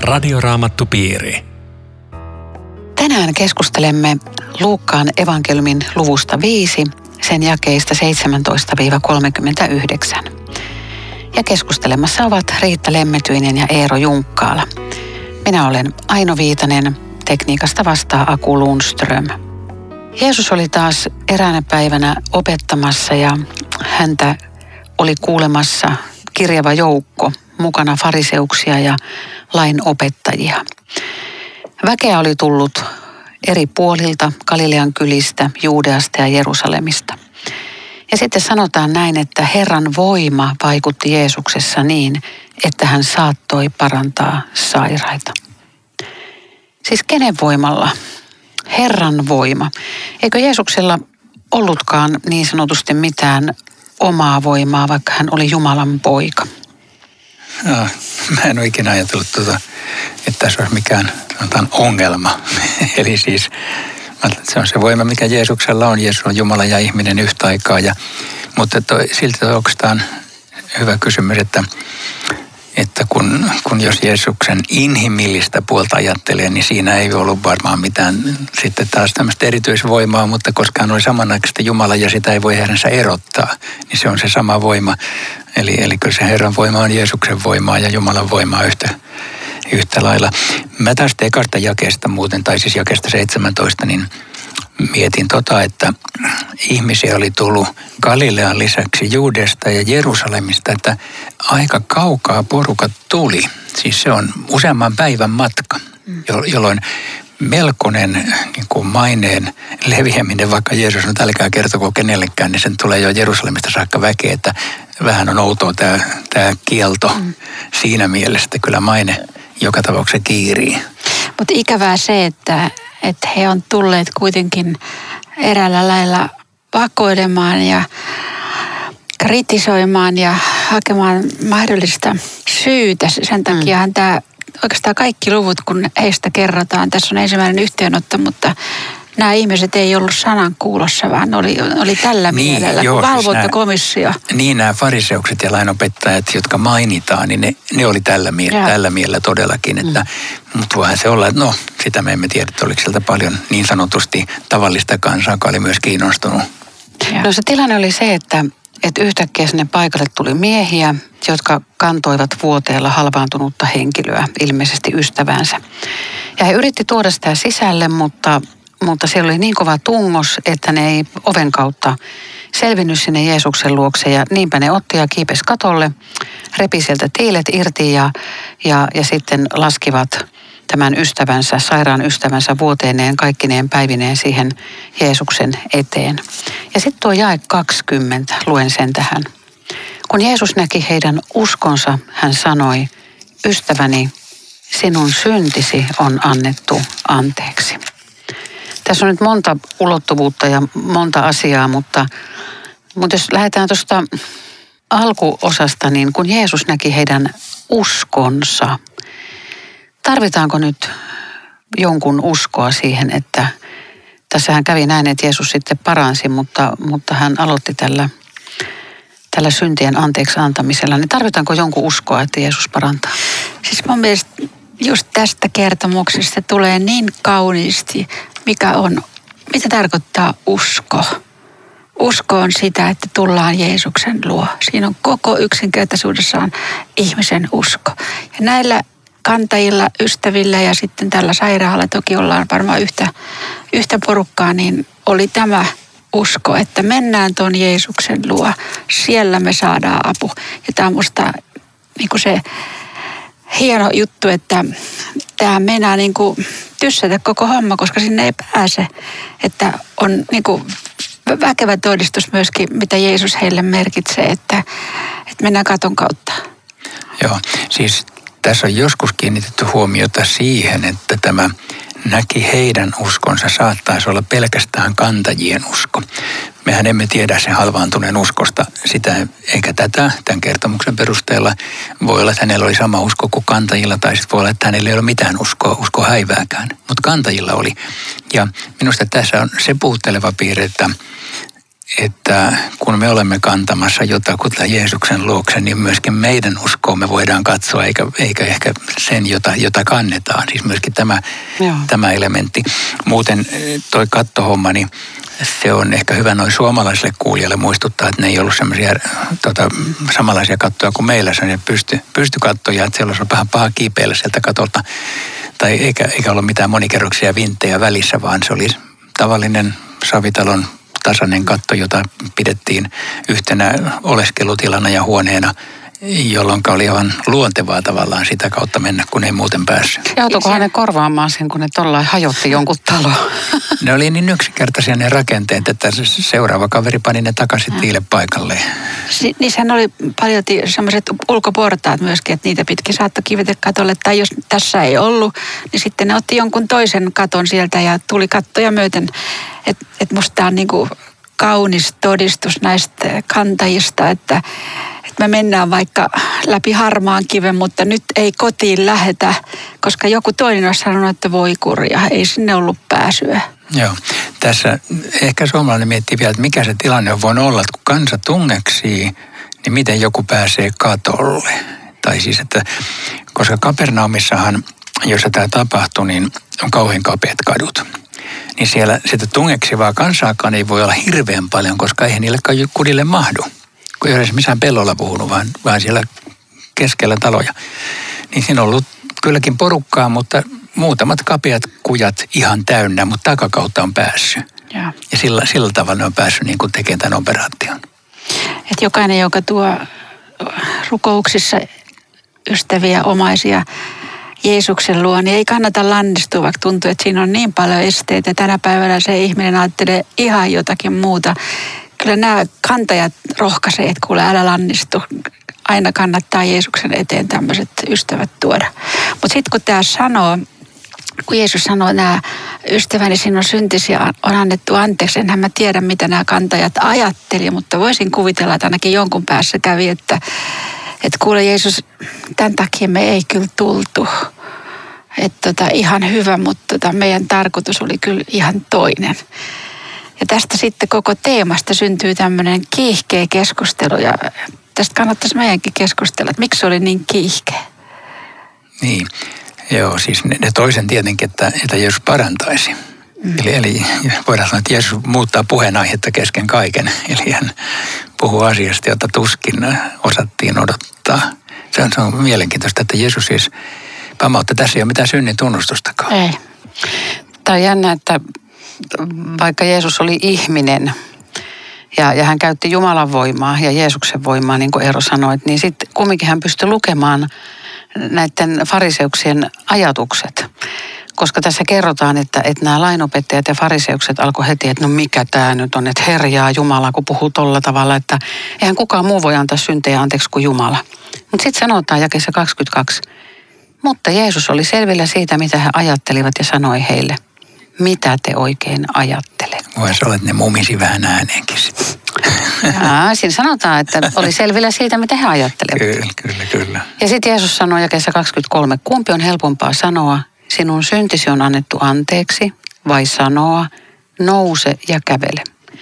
Radioraamattupiiri. Tänään keskustelemme Luukkaan evankeliumin luvusta 5, sen jakeista 17-39. Ja keskustelemassa ovat Riitta Lemmetyinen ja Eero Junkkaala. Minä olen Aino Viitanen, tekniikasta vastaa Aku Lundström. Jeesus oli taas eräänä päivänä opettamassa ja häntä oli kuulemassa kirjava joukko, mukana fariseuksia ja lainopettajia. Väkeä oli tullut eri puolilta, Galilean kylistä, Juudeasta ja Jerusalemista. Ja sitten sanotaan näin, että Herran voima vaikutti Jeesuksessa niin, että hän saattoi parantaa sairaita. Siis kenen voimalla? Herran voima. Eikö Jeesuksella ollutkaan niin sanotusti mitään omaa voimaa, vaikka hän oli Jumalan poika? No, mä en ole ikinä ajatellut, että tässä olisi mikään ongelma. Eli siis se on se voima, mikä Jeesuksella on. Jeesus on Jumala ja ihminen yhtä aikaa. Mutta silti on oikeastaan hyvä kysymys, että kun jos Jeesuksen inhimillistä puolta ajattelee, niin siinä ei ollut varmaan mitään sitten taas tämmöistä erityisvoimaa, mutta koska hän oli samanaikaisesti Jumala ja sitä ei voi Herransa erottaa, niin se on se sama voima. Eli kyllä se Herran voima on Jeesuksen voimaa ja Jumalan voimaa yhtä lailla. Mä tästä ekasta jakeesta muuten, tai siis jakeesta 17, niin mietin että ihmisiä oli tullut Galilean lisäksi Juudesta ja Jerusalemista, että aika kaukaa porukat tuli. Siis se on useamman päivän matka, jolloin melkoinen niin kuin maineen leviäminen, vaikka Jeesus on älkää kertoko kenellekään, niin sen tulee jo Jerusalemista saakka väkeä, että vähän on outoa tämä kielto siinä mielessä, että kyllä maine joka tapauksessa kiirii. Mutta ikävää se, että he on tulleet kuitenkin eräällä lailla vakoilemaan ja kritisoimaan ja hakemaan mahdollista syytä. Sen takiahan tämä oikeastaan kaikki luvut, kun heistä kerrotaan, tässä on ensimmäinen yhteenotto, mutta nämä ihmiset ei ollut sanan kuulossa, vaan oli tällä mielellä, valvontakomissio. Niin, nämä fariseukset ja lainopettajat, jotka mainitaan, niin ne oli tällä mielellä todellakin. Mutta voihan se olla, että sitä me emme tiedä, että oliko sieltä paljon niin sanotusti tavallista kansaa, joka oli myös kiinnostunut. No se tilanne oli se, että yhtäkkiä sinne paikalle tuli miehiä, jotka kantoivat vuoteella halvaantunutta henkilöä, ilmeisesti ystävänsä. Ja he yritti tuoda sitä sisälle, mutta siellä oli niin kova tungos, että ne ei oven kautta selvinnyt sinne Jeesuksen luokse. Ja niinpä ne otti ja kiipesi katolle, repi sieltä tiilet irti ja sitten laskivat tämän ystävänsä, sairaan ystävänsä vuoteineen, kaikkineen päivineen siihen Jeesuksen eteen. Ja sitten tuo jae 20, luen sen tähän. Kun Jeesus näki heidän uskonsa, hän sanoi, ystäväni, sinun syntisi on annettu anteeksi. Tässä on nyt monta ulottuvuutta ja monta asiaa, mutta jos lähdetään tuosta alkuosasta, niin kun Jeesus näki heidän uskonsa, tarvitaanko nyt jonkun uskoa siihen, että tässähän kävi näin, että Jeesus sitten paransi, mutta hän aloitti tällä syntien anteeksi antamisella, niin tarvitaanko jonkun uskoa, että Jeesus parantaa? Siis mun mielestä just tästä kertomuksesta tulee niin kauniisti, mitä tarkoittaa usko. Usko on sitä, että tullaan Jeesuksen luo. Siinä on koko yksinkertaisuudessaan ihmisen usko. Ja näillä kantajilla, ystävillä ja sitten tällä sairaalla, toki ollaan varmaan yhtä porukkaa, niin oli tämä usko, että mennään tuon Jeesuksen luo. Siellä me saadaan apu. Ja tämä on musta niin kuin se hieno juttu, että tämä meinaa niin kuin tyssätä koko homma, koska sinne ei pääse. Että on niin kuin väkevä todistus myöskin, mitä Jeesus heille merkitsee, että mennään katon kautta. Joo, siis tässä on joskus kiinnitetty huomiota siihen, että tämä näki heidän uskonsa saattaisi olla pelkästään kantajien usko. Mehän emme tiedä sen halvaantuneen uskosta sitä eikä tätä tämän kertomuksen perusteella. Voi olla, että hänellä oli sama usko kuin kantajilla tai sitten voi olla, että hänellä ei ole mitään uskoa häivääkään. Mutta kantajilla oli. Ja minusta tässä on se puhutteleva piirre, että kun me olemme kantamassa jotakuta Jeesuksen luokse, niin myöskin meidän uskoon me voidaan katsoa, eikä ehkä sen, jota kannetaan. Siis myöskin tämä elementti. Muuten toi kattohomma, niin se on ehkä hyvä noin suomalaisille kuulijoille muistuttaa, että ne ei ollut semmoisia samanlaisia kattoja kuin meillä, semmoisia pystykattoja, että siellä olisi vähän paha kiipeillä sieltä katolta. Tai eikä ollut mitään monikerroksia vinttejä välissä, vaan se oli tavallinen savitalon tasainen katto, jota pidettiin yhtenä oleskelutilana ja huoneena, jolloin oli aivan luontevaa tavallaan sitä kautta mennä, kun ei muuten päässyt. Joutuikohan ne korvaamaan sen, kun ne tollain hajotti jonkun talon? Ne oli niin yksinkertaisia ne rakenteet, että seuraava kaveri pani ne takaisin tiilepaikalleen. Niissähän oli paljon sellaiset ulkoportaat myöskin, että niitä pitkin saattoi kivetä katolle. Tai jos tässä ei ollut, niin sitten ne otti jonkun toisen katon sieltä ja tuli kattoja myöten. Että musta tämä on niin kuin kaunis todistus näistä kantajista, että me mennään vaikka läpi harmaan kiven, mutta nyt ei kotiin lähetä, koska joku toinen olisi sanonut, että voi kurja, ei sinne ollut pääsyä. Joo, tässä ehkä suomalainen miettii vielä, että mikä se tilanne on voinut olla, että kun kansa tungeksii, niin miten joku pääsee katolle. Tai siis, että koska Kapernaumissahan, jossa tämä tapahtui, niin on kauhean kapeat kadut. Niin siellä sitä tungeksivaa kansaakaan ei voi olla hirveän paljon, koska eihän niille kudille mahdu. Kun ei ole missään pellolla puhunut, vaan siellä keskellä taloja. Niin siinä on ollut kylläkin porukkaa, mutta muutamat kapeat kujat ihan täynnä, mutta takakautta on päässyt. Ja sillä tavalla ne on päässyt niin kuin tekemään tämän operaation. Että jokainen, joka tuo rukouksissa ystäviä, omaisia Jeesuksen luo, niin ei kannata lannistua, vaikka tuntuu, että siinä on niin paljon esteitä. Tänä päivänä se ihminen ajattelee ihan jotakin muuta. Kyllä nämä kantajat rohkaisee, että kuule, älä lannistu. Aina kannattaa Jeesuksen eteen tämmöiset ystävät tuoda. Mutta sitten kun tämä sanoo, kun Jeesus sanoo, nämä ystäväni, sinun syntisi ja on annettu anteeksi, enhän mä tiedä, mitä nämä kantajat ajatteli, mutta voisin kuvitella, että ainakin jonkun päässä kävi, että kuule Jeesus, tämän takia me ei kyllä tultu. Että ihan hyvä, mutta meidän tarkoitus oli kyllä ihan toinen. Ja tästä sitten koko teemasta syntyy tämmöinen kiihkeä keskustelu ja tästä kannattaisi meidänkin keskustella, että miksi se oli niin kiihkeä. Niin, joo, siis ne toisen tietenkin, että Jeesus parantaisi. Eli voidaan sanoa, että Jeesus muuttaa puheenaihetta kesken kaiken. Eli hän puhuu asiasta, jota tuskin osattiin odottaa. Se on mielenkiintoista, että Jeesus siis pamautti, tässä ei ole mitään synnin tunnustustakaan. Ei. Tämä on jännä, että vaikka Jeesus oli ihminen ja hän käytti Jumalan voimaa ja Jeesuksen voimaa, niin kuin Eero sanoi, niin sitten kumminkin hän pystyi lukemaan näiden fariseuksien ajatukset. Koska tässä kerrotaan, että nämä lainopettajat ja fariseukset alkoi heti, että no mikä tämä nyt on, että herjaa Jumala, kun puhuu tolla tavalla, että eihän kukaan muu voi antaa syntejä anteeksi kuin Jumala. Mutta sitten sanotaan jakeessa 22, mutta Jeesus oli selvillä siitä, mitä he ajattelivat ja sanoi heille. Mitä te oikein ajattelette? Voisi olla, että ne mumisi vähän ääneenkin sitten. Siinä sanotaan, että oli selvillä siitä, mitä he ajattelevat. Kyllä. Ja sitten Jeesus sanoi jakeessa 23, kumpi on helpompaa sanoa, sinun syntisi on annettu anteeksi, vai sanoa, nouse ja kävele.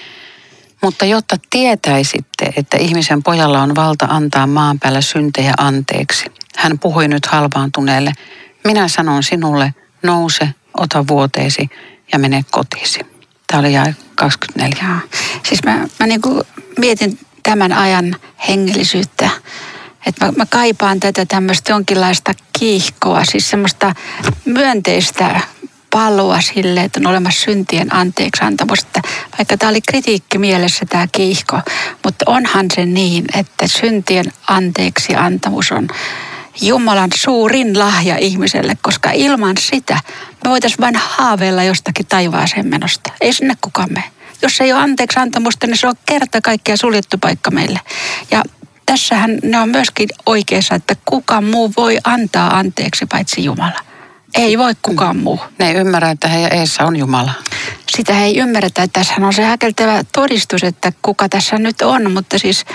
Mutta jotta tietäisitte, että ihmisen pojalla on valta antaa maan päällä syntejä anteeksi, hän puhui nyt halvaantuneelle, minä sanon sinulle, nouse, ota vuoteesi ja mene kotiisi. Tämä oli jae 24. Joo. Siis mä niin kuin mietin tämän ajan hengellisyyttä, että mä kaipaan tätä tämmöistä jonkinlaista kiihkoa, siis semmoista myönteistä palua sille, että on olemassa syntien anteeksiantamus. Että vaikka tämä oli kritiikki mielessä tämä kiihko, mutta onhan se niin, että syntien anteeksiantamus on Jumalan suurin lahja ihmiselle, koska ilman sitä me voitaisiin vain haaveilla jostakin taivaaseen menosta. Ei sinne kukaan mene. Jos ei ole anteeksiantamusta, niin se on kerta kaikkiaan suljettu paikka meille. Ja tässähän ne on myöskin oikeassa, että kuka muu voi antaa anteeksi paitsi Jumala. Ei voi kukaan muu. Ne ei ymmärrä, että heidän eessä on Jumala. Sitä he ei ymmärretä, että tässähän on se häkeltävä todistus, että kuka tässä nyt on, mutta siis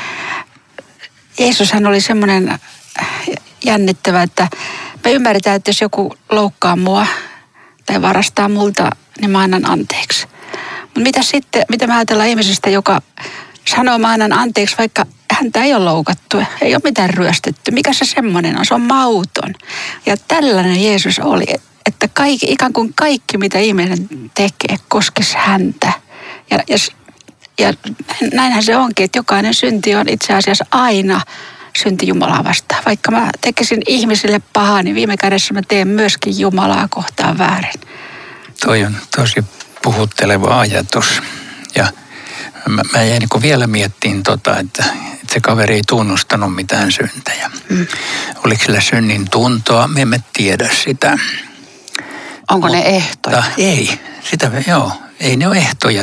Jeesushan oli semmoinen jännittävä, että me ymmärretään, että jos joku loukkaa mua tai varastaa multa, niin mä annan anteeksi. Mutta Mitä sitten, mitä me ajatellaan ihmisestä, joka sanoo mä annan anteeksi, vaikka häntä ei ole loukattu, ei ole mitään ryöstetty. Mikä se semmoinen on? Se on mauton. Ja tällainen Jeesus oli, että ikään kuin kaikki, mitä ihminen tekee, koskisi häntä. Ja näinhän se onkin, että jokainen synti on itse asiassa aina synti Jumalaa vastaan. Vaikka mä tekisin ihmisille pahaa, niin viime kädessä mä teen myöskin Jumalaa kohtaan väärin. Toi on tosi puhutteleva ajatus. Ja mä jäin niin vielä miettiin että se kaveri ei tunnustanut mitään syntejä. Oliko sillä synnin tuntoa? Me emme tiedä sitä. Onko ne ehtoja? Ei. Ei ne ole ehtoja.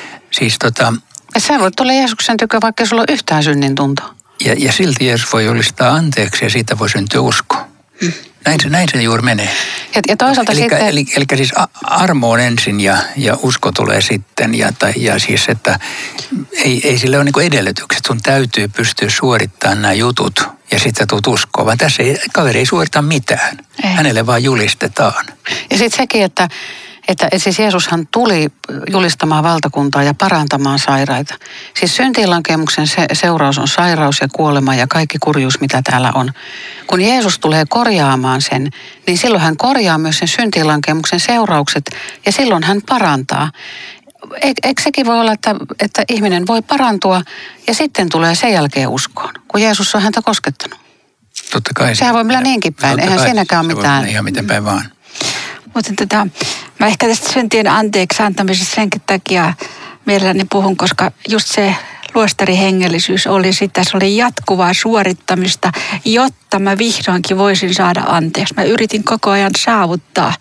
Sä voit tulla Jeesuksen tykö, vaikka sulla on yhtään synnin tuntoa. Ja silti Jeesus voi julistaa anteeksi ja siitä voi syntyä usko. Näin se juuri menee. Ja toisaalta Eli siis armo on ensin ja usko tulee sitten. Ja siis, että ei sille ole niin edellytykset. Sun täytyy pystyä suorittamaan nämä jutut ja sitten sä tulet uskoon. Vaan tässä kaveri ei suorita mitään. Ei. Hänelle vaan julistetaan. Ja sitten sekin, että siis Jeesushan tuli julistamaan valtakuntaa ja parantamaan sairaita. Siis syntiinlankemuksen seuraus on sairaus ja kuolema ja kaikki kurjuus, mitä täällä on. Kun Jeesus tulee korjaamaan sen, niin silloin hän korjaa myös sen syntiinlankemuksen seuraukset ja silloin hän parantaa. Eikö sekin voi olla, että ihminen voi parantua ja sitten tulee sen jälkeen uskoon, kun Jeesus on häntä koskettanut? Totta kai. Sehän voi mennä niinkin päin. Eihän siinäkään ole mitään. Ihan miten päin vaan. Mutta mä ehkä tästä syntien anteeksi antamisesta senkin takia mielelläni puhun, koska just se luostarihengellisyys oli sitä, se oli jatkuvaa suorittamista, jotta mä vihdoinkin voisin saada anteeksi. Mä yritin koko ajan saavuttaa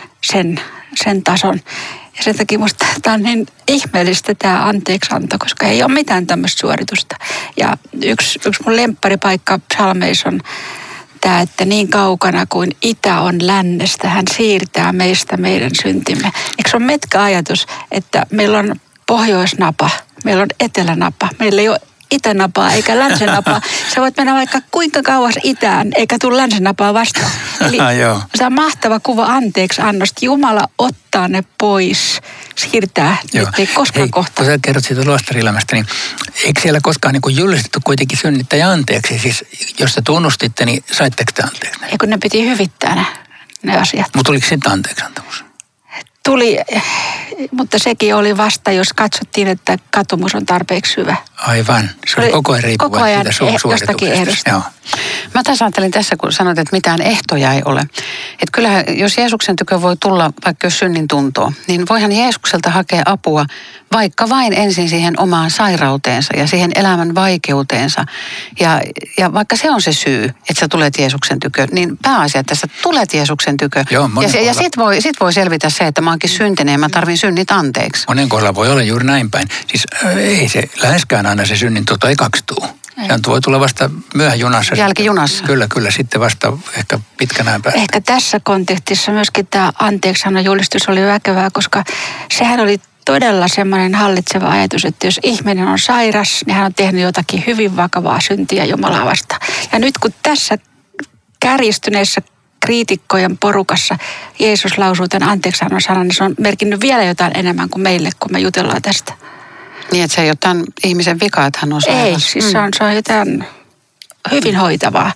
sen tason. Ja sen takia musta tämä on niin ihmeellistä tämä anteeksianto, koska ei ole mitään tämmöistä suoritusta. Ja yksi mun lempparipaikka psalmeissa on tämä, että niin kaukana kuin itä on lännestä, hän siirtää meistä meidän syntimme. Eikö se ole metkä ajatus, että meillä on pohjoisnapa, meillä on etelänapa, meillä ei ole itänapaa eikä länsinapaa. Sä voit mennä vaikka kuinka kauas itään, eikä tule länsinapaa vastaan. Eli se on mahtava kuva anteeksi annosta. Jumala ottaa ne pois, siirtää, nyt ei koskaan kohta. Kun sä kerrot siitä luostarilämästä, niin eikö siellä koskaan niin julistettu kuitenkin synnittäjä anteeksi? Siis jos te tunnustitte, niin saitteko te anteeksi? Ei kun ne piti hyvittää ne asiat. Mutta tuliko sitten anteeksi antamus? Tuli, mutta sekin oli vasta, jos katsottiin, että katumus on tarpeeksi hyvä. Aivan. Se oli koko ajan riippuvainen siitä suorituksesta. Joo. Mä taas ajattelin tässä, kun sanoit, että mitään ehtoja ei ole. Että kyllähän, jos Jeesuksen tykö voi tulla vaikka jos synnin tuntoa, niin voihan Jeesukselta hakea apua vaikka vain ensin siihen omaan sairauteensa ja siihen elämän vaikeuteensa. Ja vaikka se on se syy, että sä tulet Jeesuksen tykö, niin pääasia, että sä tulet Jeesuksen tykö. Joo, ja sit voi selvitä se, että mä oonkin syntinen ja mä tarvin synnit anteeksi. Monen kohdalla voi olla juuri näin päin. Siis ei se läheskään aina se synnin tunto ekaksi tule. Se voi tulla vasta myöhäjunassa. Jälkijunassa. Kyllä, sitten vasta ehkä pitkänään päästä. Ehkä tässä kontekstissa myöskin tämä anteeksiannon julistus oli väkevää, koska sehän oli todella semmoinen hallitseva ajatus, että jos ihminen on sairas, niin hän on tehnyt jotakin hyvin vakavaa syntiä Jumalaa vastaan. Ja nyt kun tässä kärjistyneessä kriitikkojen porukassa Jeesus lausuu tämän anteeksiannon sanan, niin se on merkinnyt vielä jotain enemmän kuin meille, kun me jutellaan tästä. Niin, että se ei ole tämän ihmisen vika, että hän on sairas. Ei, siis se on jotain hyvin hoitavaa.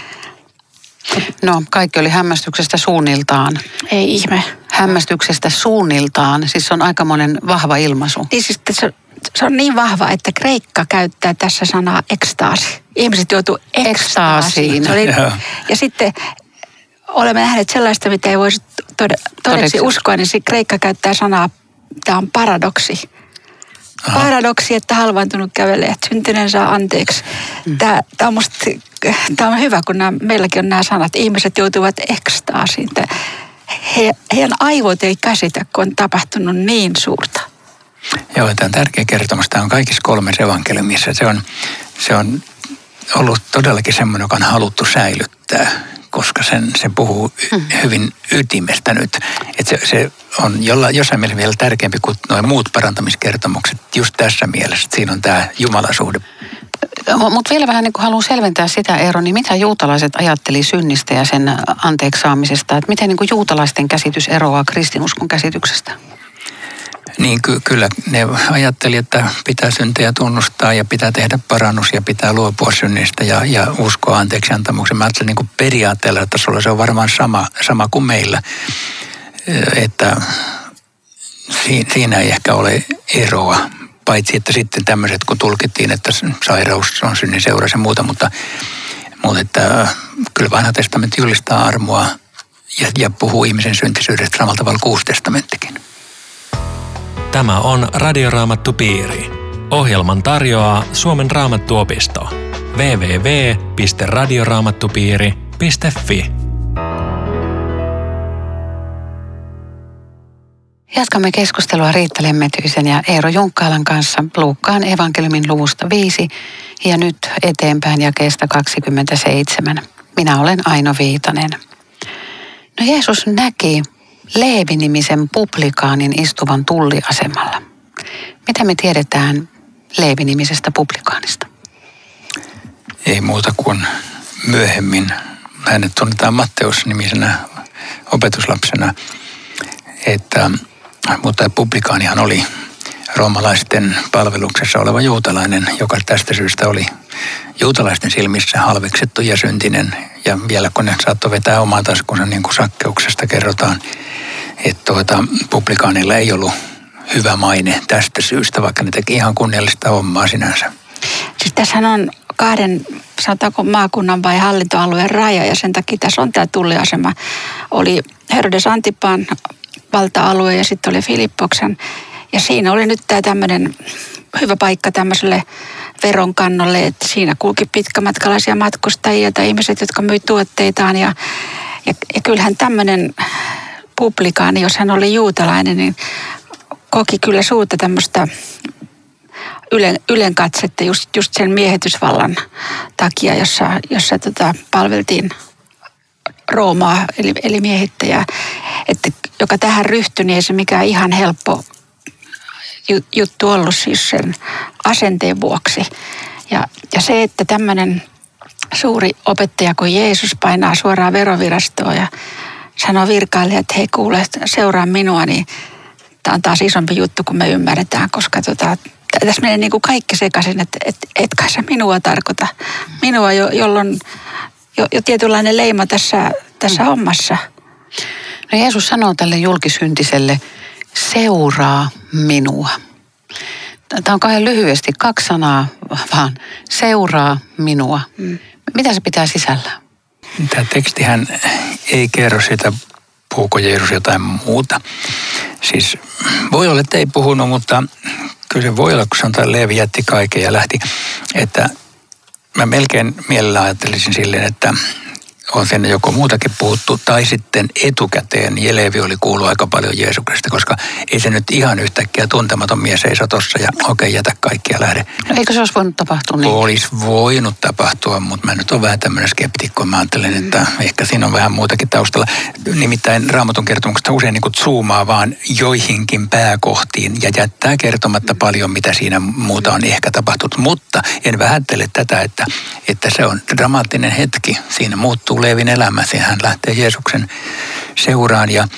No, kaikki oli hämmästyksestä suunniltaan. Ei ihme. Hämmästyksestä suunniltaan, siis se on aikamoinen vahva ilmaisu. Niin siis se on niin vahva, että kreikka käyttää tässä sanaa ekstaasi. Ihmiset joutuu ekstaasiin. Ja sitten olemme nähneet sellaista, mitä ei voisi todeksi uskoa, niin se kreikka käyttää sanaa, tämä on paradoksi. Aha. Paradoksi, että halvaantunut kävelee, että syntinen saa anteeksi. Tämä on hyvä, kun meilläkin on nämä sanat. Ihmiset joutuvat ekstaasiin. Heidän aivot ei käsitä, kun on tapahtunut niin suurta. Joo, tämä on tärkeä kertomus. Tämä on kaikissa 3 evankeliumissa. Se on ollut todellakin semmoinen, joka on haluttu säilyttää, koska se puhuu hyvin ytimestä nyt. Että se on jossain mielessä vielä tärkeämpi kuin nuo muut parantamiskertomukset just tässä mielessä, että siinä on tämä jumalasuhde. Mutta vielä vähän niin kuin haluan selventää sitä, Eero, niin mitä juutalaiset ajatteli synnistä ja sen anteeksi saamisesta? Että miten niin kuin juutalaisten käsitys eroaa kristinuskon käsityksestä? Niin kyllä ne ajatteli, että pitää syntejä tunnustaa ja pitää tehdä parannus ja pitää luopua synnistä ja uskoa anteeksiantamuksen. Mä ajattelin niin kuin periaatteella tasolla se on varmaan sama kuin meillä, että siinä ei ehkä ole eroa. Paitsi, että sitten tämmöiset, kun tulkittiin, että sairaus on synnin seuraus ja muuta, mutta että kyllä Vanha testamentti julistaa armoa ja puhuu ihmisen syntisyydestä samalla tavalla kuin Uusi testamenttikin. Tämä on Radioraamattupiiri. Ohjelman tarjoaa Suomen Raamattuopisto. www.radioraamattupiiri.fi. Jatkamme keskustelua Riitta Lemmetyisen ja Eero Junkkaalan kanssa Luukkaan evankeliumin luvusta 5 ja nyt eteenpäin jakeesta 27. Minä olen Aino Viitanen. No Jeesus näki Leevi-nimisen publikaanin istuvan tulliasemalla. Mitä me tiedetään Leevi-nimisestä publikaanista? Ei muuta kuin myöhemmin. Hänet tunnetaan Matteus-nimisenä opetuslapsena, mutta publikaanihan oli roomalaisten palveluksessa oleva juutalainen, joka tästä syystä oli juutalaisten silmissä halveksittu ja syntinen. Ja vielä kun ne saattoi vetää omaa taskunsa, niin kuin Sakkeuksesta kerrotaan, että publikaanilla ei ollut hyvä maine tästä syystä, vaikka ne teki ihan kunniallista hommaa sinänsä. Siis tässähän on kahden, sanotaanko maakunnan vai hallintoalueen raja, ja sen takia tässä on tämä tulliasema. Oli Herodes Antipaan valta-alue ja sitten oli Filippoksen. Ja siinä oli nyt tämä tämmöinen hyvä paikka tämmöiselle veronkannolle, että siinä kulki pitkämatkalaisia matkustajia tai ihmiset, jotka myi tuotteitaan. Ja kyllähän tämmöinen publikaani, jos hän oli juutalainen, niin koki kyllä suurta tämmöistä ylenkatsetta just sen miehitysvallan takia, jossa palveltiin Roomaa eli miehittäjää, että joka tähän ryhtyi, niin ei se mikään ihan helppo juttu ollut siis sen asenteen vuoksi. Ja se, että tämmöinen suuri opettaja kuin Jeesus painaa suoraan verovirastoon ja sanoo virkailijalle, että hei kuule, seuraa minua, niin tämä on taas isompi juttu kuin me ymmärretään, koska tässä menee niin kuin kaikki sekaisin, että et kai sä minua tarkoita. Minua, jolla on jo tietynlainen leima tässä hommassa. No Jeesus sanoo tälle julkisyntiselle, seuraa minua. Tämä on kauhean lyhyesti 2 sanaa, vaan seuraa minua. Mitä se pitää sisällään? Tämä tekstihän ei kerro sitä, puhuuko Jeesus jotain muuta. Siis voi olla, että ei puhunut, mutta kyllä se voi olla, kun sanotaan Leevi jätti kaiken ja lähti. Että mä melkein mielellä ajattelisin silleen, että on siinä joko muutakin puhuttu, tai sitten etukäteen Leevi oli kuullut aika paljon Jeesuksesta, koska ei se nyt ihan yhtäkkiä tuntematon mies seisoo tossa ja okei, jätä kaikki ja lähde. No eikö se olisi voinut tapahtua niin? Olisi voinut tapahtua, mutta mä nyt olen vähän tämmöinen skeptikko. Mä ajattelen, että ehkä siinä on vähän muutakin taustalla. Nimittäin Raamatun kertomuksesta usein niin kuin zoomaa vaan joihinkin pääkohtiin ja jättää kertomatta paljon, mitä siinä muuta on ehkä tapahtunut. Mutta en vähättele tätä, että se on dramaattinen hetki. Siinä muuttuu Leevin elämä. Hän lähtee Jeesuksen seuraan ja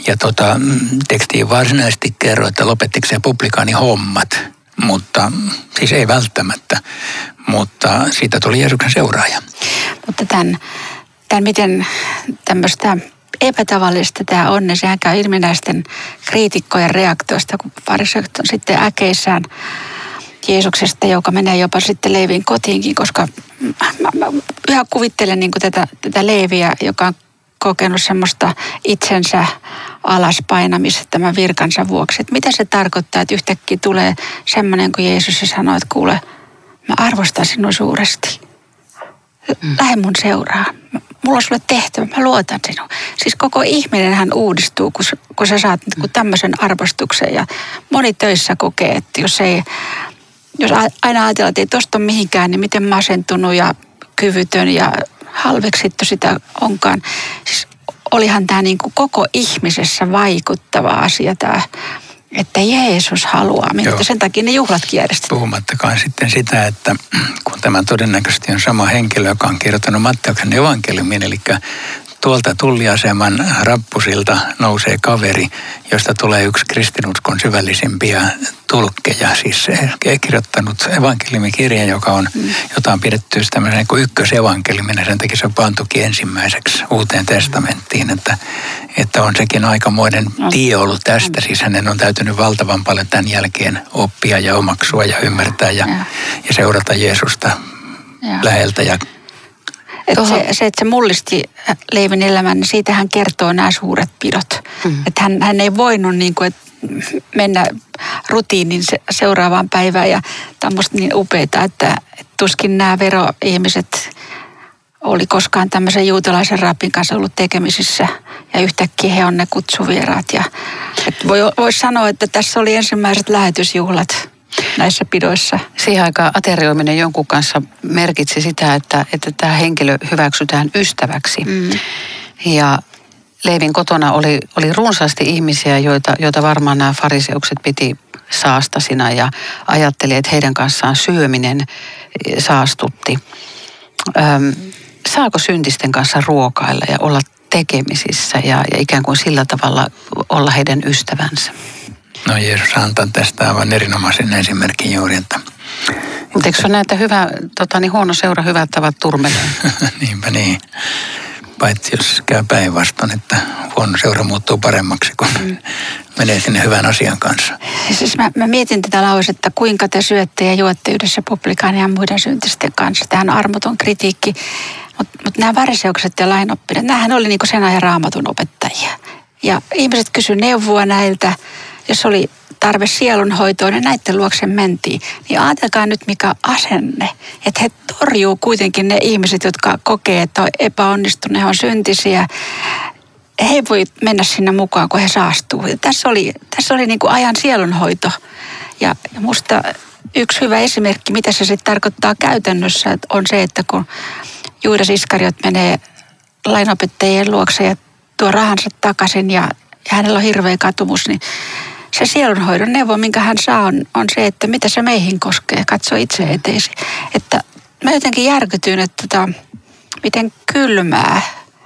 teksti ei varsinaisesti kerro, että lopettiko se publikaani hommat, mutta siis ei välttämättä, mutta siitä tuli Jeesuksen seuraaja. Mutta tämän miten tämmöistä epätavallista tämä on, niin sehän käy ilmi näisten kriitikkojen reaktioista, kun fariseut on sitten äkeissään Jeesuksesta, joka menee jopa sitten Leevin kotiinkin, koska mä yhä kuvittelen niin kuin tätä Leeviä, joka on kokenut semmoista itsensä alaspainamista tämän virkansa vuoksi. Että mitä se tarkoittaa, että yhtäkkiä tulee semmoinen kuin Jeesus ja sanoo, että kuule, mä arvostan sinua suuresti. Lähde mun seuraa. Mulla on sulle tehtävä, mä luotan sinua. Siis koko ihminenhän uudistuu, kun sä saat tämmöisen arvostuksen. Ja moni töissä kokee, että jos aina ajatellaan, että ei tosta ole mihinkään, niin miten masentunut ja kyvytön ja halveksittu sitä onkaan. Siis olihan tämä niin kuin koko ihmisessä vaikuttava asia tämä, että Jeesus haluaa minua. Sen takia ne juhlatkin järjestetään. Puhumattakaan sitten sitä, että kun tämä todennäköisesti on sama henkilö, joka on kirjoittanut Matteuksen evankeliumin, eli tuolta tulliaseman rappusilta nousee kaveri, josta tulee yksi kristinuskon syvällisimpiä tulkkeja. Siis kirjoittanut evankeliumikirjan, jota on pidetty tämmöisen niin kuin ykkösevankelimina. Sen takia se on pantukin ensimmäiseksi Uuteen testamenttiin, että on sekin aikamoinen tie ollut tästä. Siis hänen on täytynyt valtavan paljon tämän jälkeen oppia ja omaksua ja ymmärtää ja seurata Jeesusta läheltä. Että se mullisti Leivin elämän, niin siitä hän kertoo nämä suuret pidot. Että hän ei voinut niin kuin, mennä rutiinin seuraavaan päivään. Ja tämä on musta niin upeaa, että tuskin nämä veroihmiset oli koskaan tämmöisen juutalaisen rabbin kanssa ollut tekemisissä. Ja yhtäkkiä he on ne kutsuvieraat. Ja voisi sanoa, että tässä oli ensimmäiset lähetysjuhlat näissä pidoissa. Siihen aikaan aterioiminen jonkun kanssa merkitsi sitä, että tämä henkilö hyväksytään ystäväksi. Ja Leivin kotona oli runsaasti ihmisiä, joita varmaan nämä fariseukset piti saastasina ja ajatteli, että heidän kanssaan syöminen saastutti. Saako syntisten kanssa ruokailla ja olla tekemisissä ja ikään kuin sillä tavalla olla heidän ystävänsä? No Jeesus antaa tästä aivan erinomaisen esimerkin juuri, että... Mutta eikö se ole näitä huono seura, hyvät tavat turmelee? Niinpä niin. Paitsi jos käy päinvastoin, että huono seura muuttuu paremmaksi, kun menee sinne hyvän asian kanssa. Siis mä mietin tätä lausetta, kuinka te syötte ja juotte yhdessä publikaanien ja muiden syntisten kanssa. Tämähän on armoton kritiikki. Mutta nämä fariseukset ja lainoppineet, nämähän oli niinku sen ajan Raamatun opettajia. Ja ihmiset kysyivät neuvoa näiltä. Jos oli tarve sielunhoitoon ja näiden luokse mentiin, niin ajatelkaa nyt mikä asenne. Että he torjuu kuitenkin ne ihmiset, jotka kokee, että on epäonnistunut, he on syntisiä. He ei voi mennä sinne mukaan, kun he saastuu. Ja tässä oli niin kuin ajan sielunhoito. Ja musta yksi hyvä esimerkki, mitä se sitten tarkoittaa käytännössä, on se, että kun Juudas Iskariot menee lainopettajien luokse ja tuo rahansa takaisin ja hänellä on hirveä katumus, niin se sielunhoidon neuvo, minkä hän saa, on se, että mitä se meihin koskee. Katso itse eteesi. Että mä jotenkin järkytyin, että miten kylmää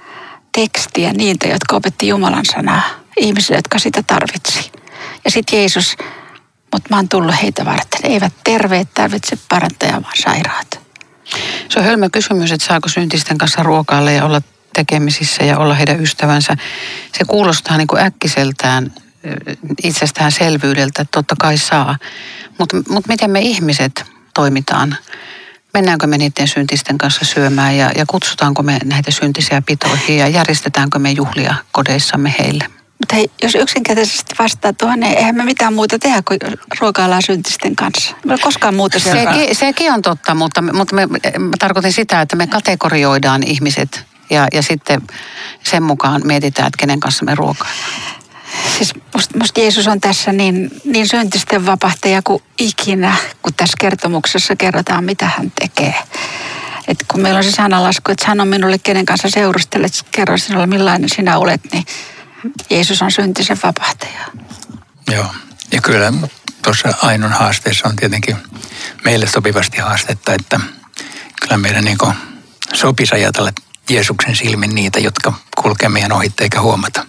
tekstiä niiltä, jotka opetti Jumalan sanaa. Ihmisille, jotka sitä tarvitsi. Ja sitten Jeesus, mutta mä oon tullut heitä varten. Eivät terveet tarvitse parantajaa, vaan sairaat. Se on hölmö kysymys, että saako syntisten kanssa ruokailla ja olla tekemisissä ja olla heidän ystävänsä. Se kuulostaa niin kuin äkkiseltään itsestäänselvyydeltä, että totta kai saa. Mutta miten me ihmiset toimitaan? Mennäänkö me niiden syntisten kanssa syömään ja kutsutaanko me näitä syntisiä pitoihin ja järjestetäänkö me juhlia kodeissamme heille? Mutta hei, jos yksinkertaisesti vastaa tuohon, niin eihän me mitään muuta tehdä kuin ruokaillaan syntisten kanssa. Me ei koskaan muuta sekin on totta, mutta mä tarkoitin sitä, että me kategorioidaan ihmiset ja sitten sen mukaan mietitään, että kenen kanssa me ruokaillaan. Siis musta Jeesus on tässä niin syntisten vapahtaja kuin ikinä, kun tässä kertomuksessa kerrotaan, mitä hän tekee. Et kun meillä on se sanalasku, että sano minulle, kenen kanssa seurustelet, kerro sinulle millainen sinä olet, niin Jeesus on syntisen vapahtaja. Joo, ja kyllä tuossa Ainon haasteessa on tietenkin meille sopivasti haastetta, että kyllä meidän niin sopisi ajatella Jeesuksen silmin niitä, jotka kulkee meidän ohitte eikä huomata.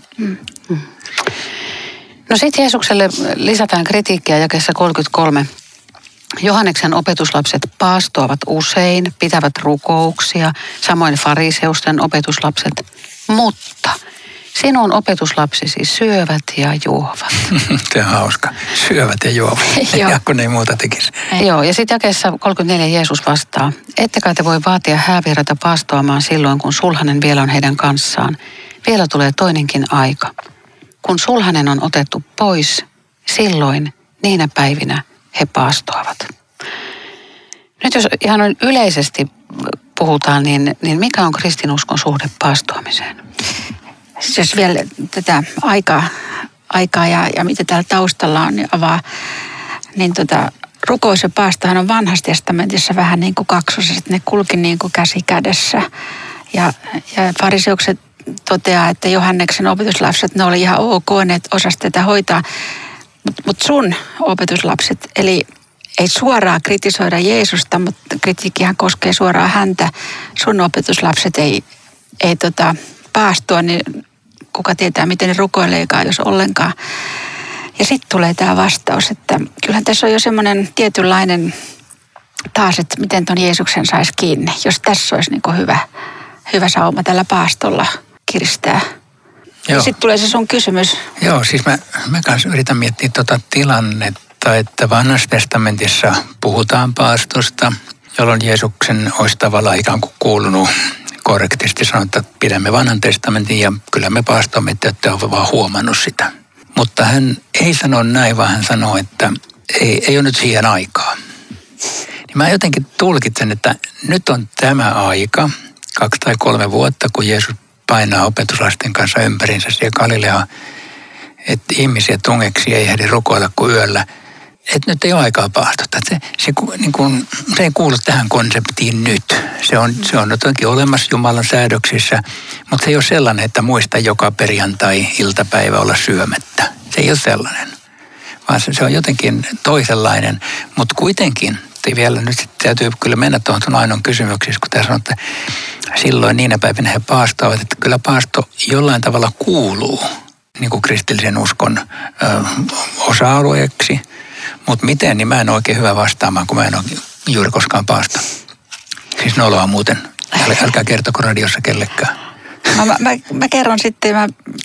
No sitten Jeesukselle lisätään kritiikkiä jakeessa 33. Johanneksen opetuslapset paastoavat usein, pitävät rukouksia, samoin fariseusten opetuslapset, mutta sinun opetuslapsisi syövät ja juovat. Se on hauska. Syövät ja juovat. Ja kun ei muuta tekisi. Joo, ja sitten jakeessa 34 Jeesus vastaa, ettekä te voi vaatia häävieraita paastoamaan silloin, kun sulhanen vielä on heidän kanssaan. Vielä tulee toinenkin aika. Kun sulhanen on otettu pois, silloin niinä päivinä he paastoavat. Nyt jos ihan yleisesti puhutaan, niin mikä on kristinuskon suhde paastoamiseen? Jos vielä tätä aikaa ja mitä täällä taustalla on, niin avaa, niin rukous ja paastohan on Vanhassa testamentissa vähän niin kuin kaksoset, ne kulki niin kuin käsi kädessä. Ja fariseukset toteaa, että Johanneksen opetuslapset, ne oli ihan ok, ne osasi tätä hoitaa. Mutta sun opetuslapset, eli ei suoraan kritisoida Jeesusta, mutta kritiikkihän koskee suoraan häntä. Sun opetuslapset ei paastoa, niin kuka tietää, miten ne rukoileekaan, jos ollenkaan. Ja sitten tulee tämä vastaus, että kyllähän tässä on jo semmoinen tietynlainen taas, että miten ton Jeesuksen saisi kiinni, jos tässä olisi niin kuin hyvä sauma tällä paastolla kiristää. Joo. Ja sitten tulee se sun kysymys. Joo, siis mä kanssa yritän miettiä tuota tilannetta, että Vanhassa testamentissa puhutaan paastosta, jolloin Jeesuksen olisi tavallaan ikään kuin kuulunut korrektisti sanoa, että pidämme Vanhan testamentin ja kyllä me paastomme, että ette ole vaan huomannut sitä. Mutta hän ei sano näin, vaan hän sanoo, että ei ole nyt siihen aikaa. Niin mä jotenkin tulkitsen, että nyt on tämä aika, 2 tai 3 vuotta, kun Jeesus painaa opetuslasten kanssa ympärinsä siellä Galileaa, että ihmisiä tungeksi ei ehdi rukoilla kuin yöllä. Että nyt ei ole aikaa paastota. Se ei kuulu tähän konseptiin nyt. Se on jotenkin olemassa Jumalan säädöksissä, mutta se ei ole sellainen, että muista joka perjantai-iltapäivä olla syömättä. Se ei ole sellainen, vaan se on jotenkin toisenlainen. Mutta kuitenkin, vielä nyt sitten täytyy kyllä mennä tuohon sun ainoan kysymyksissä, kun tämä sanoo, että silloin niinä päivinä he paastoivat, että kyllä paasto jollain tavalla kuuluu niin kuin kristillisen uskon osa-alueeksi. Mutta miten, niin mä en ole oikein hyvä vastaamaan, kun mä en ole juuri koskaan paastonut. Siis noloa muuten. Älkää kertoko radiossa kellekään. Mä kerron sitten,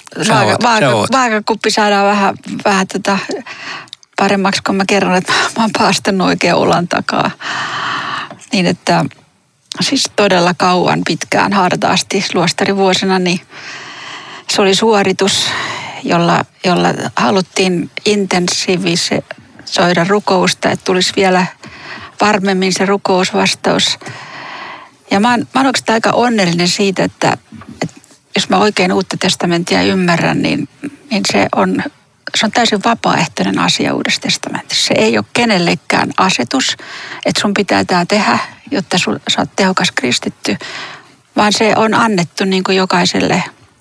vaakakuppi saadaan vähän paremmaksi, kun mä kerron, että mä oon paastannut oikein olan takaa. Niin että siis todella kauan, pitkään, hartaasti luostarivuosina, niin se oli suoritus, jolla haluttiin intensiivisoida rukousta, että tulisi vielä varmemmin se rukousvastaus. Ja mä oon oikeastaan aika onnellinen siitä, että jos mä oikein Uutta testamenttia ymmärrän, niin se on täysin vapaaehtoinen asia Uudessa testamentissa. Se ei ole kenellekään asetus, että sun pitää tämä tehdä, jotta sä oot tehokas kristitty, vaan se on annettu niin kuin jokaiselle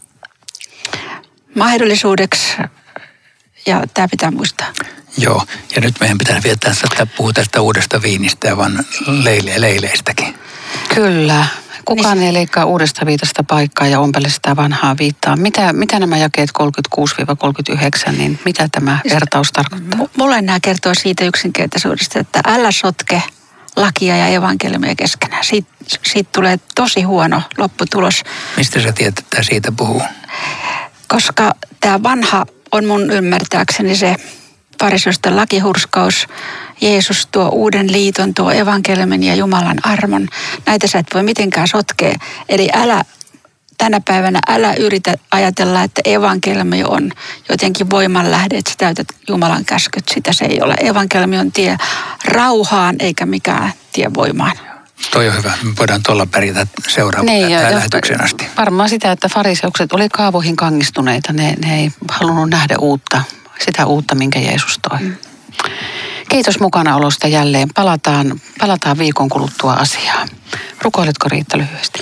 mahdollisuudeksi, ja tämä pitää muistaa. Joo, ja nyt meidän pitää vielä puhua tästä uudesta viinistä ja vaan leileistäkin. Kyllä. Kukaan ei leikkaa uudesta viitasta paikkaa ja ompele sitä vanhaa viittaa. Mitä nämä jakeet 36-39, niin mitä tämä vertaus tarkoittaa? Mulle nämä kertoo siitä yksinkertaisuudesta, että älä sotke lakia ja evankeliumia keskenään. Siitä tulee tosi huono lopputulos. Mistä sä tiedät, että siitä puhuu? Koska tämä vanha on mun ymmärtääkseni se fariseisten lakihurskaus. Jeesus tuo uuden liiton, tuo evankeliumin ja Jumalan armon. Näitä sä et voi mitenkään sotkea. Eli tänä päivänä älä yritä ajatella, että evankeliumi on jotenkin voimanlähde, että sä täytät Jumalan käskyt. Sitä se ei ole. Evankeliumi on tie rauhaan eikä mikään tie voimaan. Toi on hyvä. Me voidaan tuolla pärjätä seuraavaan lähetyksen asti. Varmaan sitä, että fariseukset oli kaavoihin kangistuneita. Ne ei halunnut nähdä sitä uutta, minkä Jeesus toi. Kiitos mukanaolosta jälleen. Palataan viikon kuluttua asiaan. Rukoiletko Riitta lyhyesti?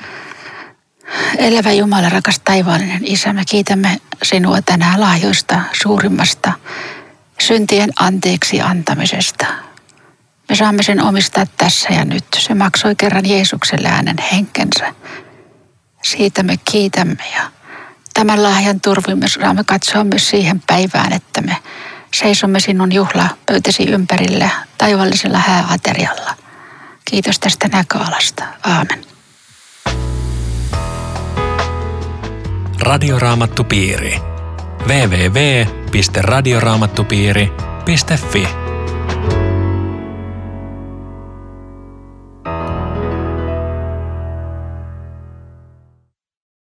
Elävä Jumala, rakas taivaallinen Isä, me kiitämme sinua tänään lahjoista suurimmasta syntien anteeksi antamisesta. Me saamme sen omistaa tässä ja nyt. Se maksoi kerran Jeesukselle hänen henkensä. Siitä me kiitämme ja tämän lahjan turvin me saamme katsoa myös siihen päivään, että me seisomme sinun juhlapöytäsi ympärillä taivaallisella hääaterialla. Kiitos tästä näköalasta. Aamen. Radioraamattupiiri. www.radioraamattupiiri.fi